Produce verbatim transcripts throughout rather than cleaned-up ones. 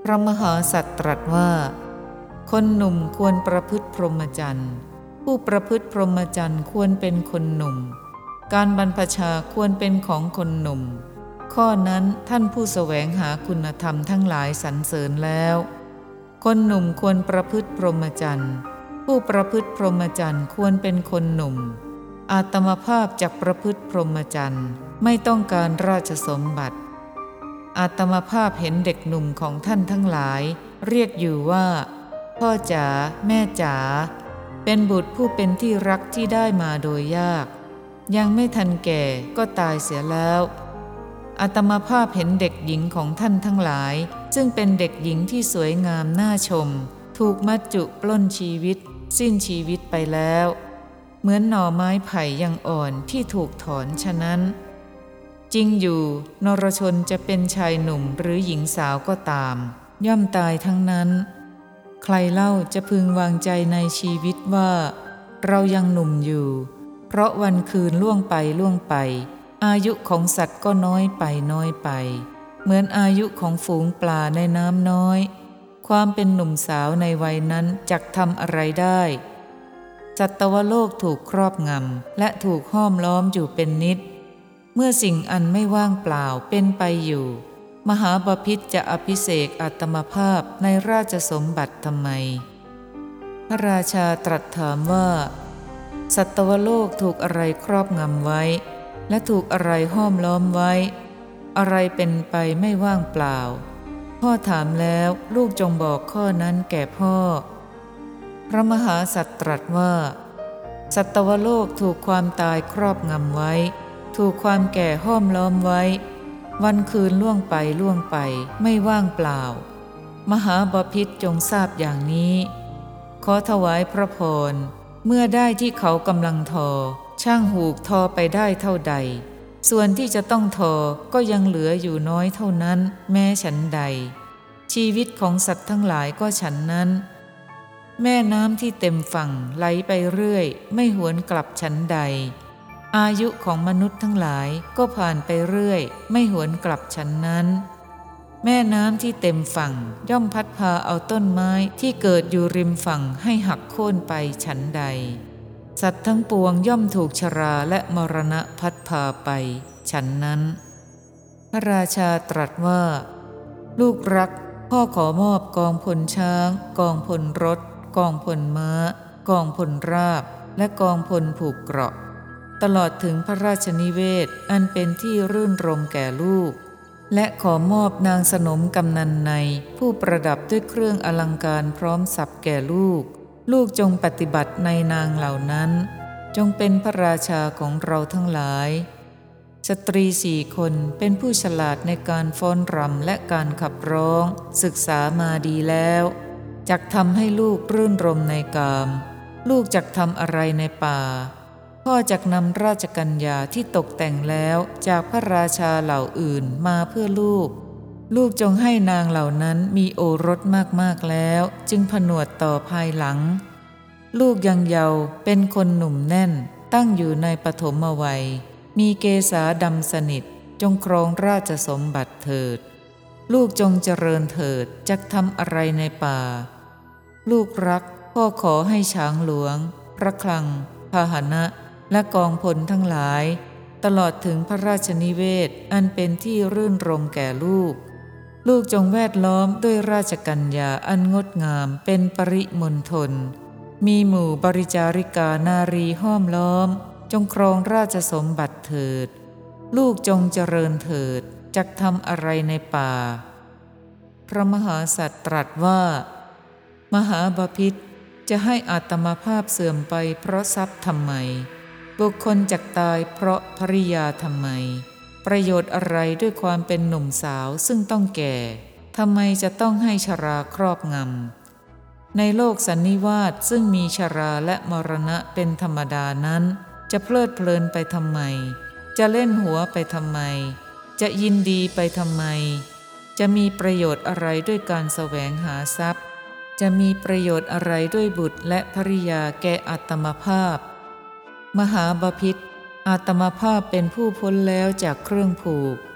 ระมหาสัตว์ตรัสว่าคนหนุ่มควรประพฤติพรหมจรรย์ผู้ประพฤติพรหมจรรย์ควรเป็นคนหนุ่มการบรรพชาควรเป็นของคนหนุ่มข้อนั้นท่านผู้แสวงหาคุณธรรมทั้งหลายสรรเสริญแล้วคนหนุ่มควรประพฤติพรหมจรรย์ผู้ประพฤติพรหมจรรย์ควรเป็นคนหนุ่มอาตมภาพจักประพฤติพรหมจรรย์ไม่ต้องการราชสมบัติอาตมภาพเห็นเด็กหนุ่มของท่านทั้งหลายเรียกอยู่ว่าพ่อจ๋าแม่จ๋าเป็นบุตรผู้เป็นที่รักที่ได้มาโดยยากยังไม่ทันแก่ก็ตายเสียแล้วอาตมภาพเห็นเด็กหญิงของท่านทั้งหลายซึ่งเป็นเด็กหญิงที่สวยงามน่าชมถูกมัจจุปล้นชีวิตสิ้นชีวิตไปแล้วเหมือนหน่อไม้ไผ่ยังอ่อนที่ถูกถอนฉะนั้นจริงอยู่นรชนจะเป็นชายหนุ่มหรือหญิงสาวก็ตามย่อมตายทั้งนั้นใครเล่าจะพึงวางใจในชีวิตว่าเรายังหนุ่มอยู่เพราะวันคืนล่วงไปล่วงไปอายุของสัตว์ก็น้อยไปน้อยไปเหมือนอายุของฝูงปลาในน้ำน้อยความเป็นหนุ่มสาวในวัยนั้นจักทำอะไรได้สัตวโลกถูกครอบงำและถูกห้อมล้อมอยู่เป็นนิดเมื่อสิ่งอันไม่ว่างเปล่าเป็นไปอยู่มหาบพิตรจะอภิเษกอาตมภาพในราชสมบัติทำไมพระราชาตรัสถามว่าสัตวโลกถูกอะไรครอบงำไว้และถูกอะไรห้อมล้อมไว้อะไรเป็นไปไม่ว่างเปล่าพ่อถามแล้วลูกจงบอกข้อนั้นแก่พ่อพระมหาสัตว์ตรัสว่าสัตวโลกถูกความตายครอบงำไว้ถูกความแก่ห้อมล้อมไว้วันคืนล่วงไปล่วงไปไม่ว่างเปล่ามหาบพิตรจงทราบอย่างนี้ขอถวายพระพรเมื่อได้ที่เขากำลังทอช่างหูกทอไปได้เท่าใดส่วนที่จะต้องทอก็ยังเหลืออยู่น้อยเท่านั้นแม้ฉันใดชีวิตของสัตว์ทั้งหลายก็ฉันนั้นแม่น้ำที่เต็มฝั่งไหลไปเรื่อยไม่หวนกลับฉันใดอายุของมนุษย์ทั้งหลายก็ผ่านไปเรื่อยไม่หวนกลับฉันนั้นแม่น้ำที่เต็มฝั่งย่อมพัดพาเอาต้นไม้ที่เกิดอยู่ริมฝั่งให้หักโค่นไปฉันใดสัตว์ทั้งปวงย่อมถูกชราและมรณะพัดพาไปฉันนั้นพระราชาตรัสว่าลูกรักพ่อขอมอบกองพลช้างกองพลรถกองพลม้ากองพลราบและกองพลผูกเกราะตลอดถึงพระราชนิเวศอันเป็นที่รื่นรมแก่ลูกและขอมอบนางสนมกำนันในผู้ประดับด้วยเครื่องอลังการพร้อมสับแก่ลูกลูกจงปฏิบัติในนางเหล่านั้นจงเป็นพระราชาของเราทั้งหลายสตรีสี่คนเป็นผู้ฉลาดในการฟ้อนรำและการขับร้องศึกษามาดีแล้วจักทำให้ลูกรื่นรมในกามลูกจักทำอะไรในป่าพ่อจักนำราชกัญญาที่ตกแต่งแล้วจากพระราชาเหล่าอื่นมาเพื่อลูกลูกจงให้นางเหล่านั้นมีโอรสมากๆแล้วจึงผนวดต่อภายหลังลูกยังเยาว์เป็นคนหนุ่มแน่นตั้งอยู่ในปฐมวัยมีเกศาดำสนิทจงครองราชสมบัติเถิดลูกจงเจริญเถิดจักทำอะไรในป่าลูกรักพ่อขอให้ช้างหลวงพระคลังพาหนะและกองพลทั้งหลายตลอดถึงพระราชนิเวศอันเป็นที่รื่นรมแก่ลูกลูกจงแวดล้อมด้วยราชกัญญาอันงดงามเป็นปริมณฑลมีหมู่บริจาริกานารีห้อมล้อมจงครองราชสมบัติเถิดลูกจงเจริญเถิดจักทำอะไรในป่าพระมหาสัตว์ตรัสว่ามหาบพิตรจะให้อาตมภาพเสื่อมไปเพราะทรัพย์ทำไมบุคคลจักตายเพราะภริยาทำไมประโยชน์อะไรด้วยความเป็นหนุ่มสาวซึ่งต้องแก่ทำไมจะต้องให้ชราครอบงำในโลกสันนิวาสซึ่งมีชราและมรณะเป็นธรรมดานั้นจะเพลิดเพลินไปทำไมจะเล่นหัวไปทำไมจะยินดีไปทำไมจะมีประโยชน์อะไรด้วยการแสวงหาทรัพย์จะมีประโยชน์อะไรด้วยบุตรและภริยาแก่อาตมภาพมหาบพิตรอาตมภาพเป็นผู้พ้นแล้วจากเครื่องผูก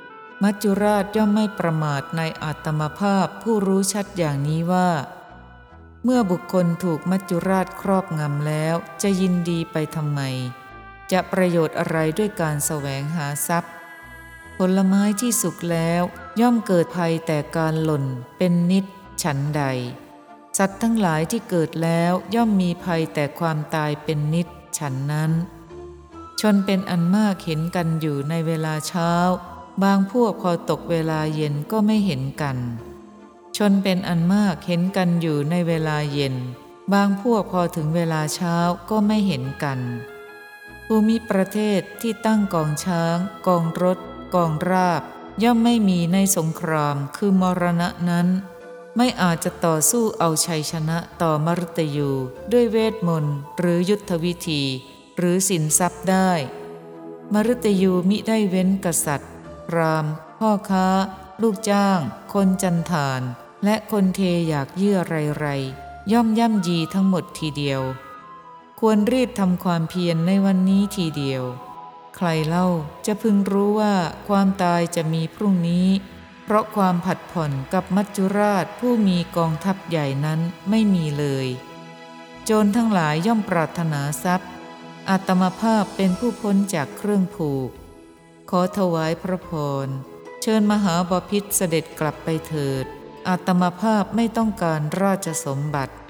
มัจจุราชย่อมไม่ประมาทในอาตมภาพผู้รู้ชัดอย่างนี้ว่าเมื่อบุคคลถูกมัจจุราชครอบงำแล้วจะยินดีไปทำไมจะประโยชน์อะไรด้วยการแสวงหาทรัพย์ผลไม้ที่สุกแล้วย่อมเกิดภัยแต่การหล่นเป็นนิจฉันใดสัตว์ทั้งหลายที่เกิดแล้วย่อมมีภัยแต่ความตายเป็นนิจฉันนั้นชนเป็นอันมากเห็นกันอยู่ในเวลาเช้าบางพวกพอตกเวลาเย็นก็ไม่เห็นกันชนเป็นอันมากเห็นกันอยู่ในเวลาเย็นบางพวกพอถึงเวลาเช้าก็ไม่เห็นกันภูมิประเทศที่ตั้งกองช้างกองรถกองราบย่อมไม่มีในสงครามคือมรณะนั้นไม่อาจจะต่อสู้เอาชัยชนะต่อมฤตยูด้วยเวทมนต์หรือยุทธวิธีหรือสินทรัพย์ได้มฤตยูมิได้เว้นกษัตริย์พราหมณ์พ่อค้าลูกจ้างคนจันทานและคนเทอยากเยื่อไรๆย่อมย่ำยีทั้งหมดทีเดียวควรรีบทำความเพียรในวันนี้ทีเดียวใครเล่าจะพึงรู้ว่าความตายจะมีพรุ่งนี้เพราะความผัดผ่อนกับมัจจุราชผู้มีกองทัพใหญ่นั้นไม่มีเลยโจรทั้งหลายย่อมปรารถนาทรัพย์อาตมาภาพเป็นผู้พ้นจากเครื่องผูกขอถวายพระพรเชิญมหาบพิตรเสด็จกลับไปเถิดอาตมาภาพไม่ต้องการราชสมบัติ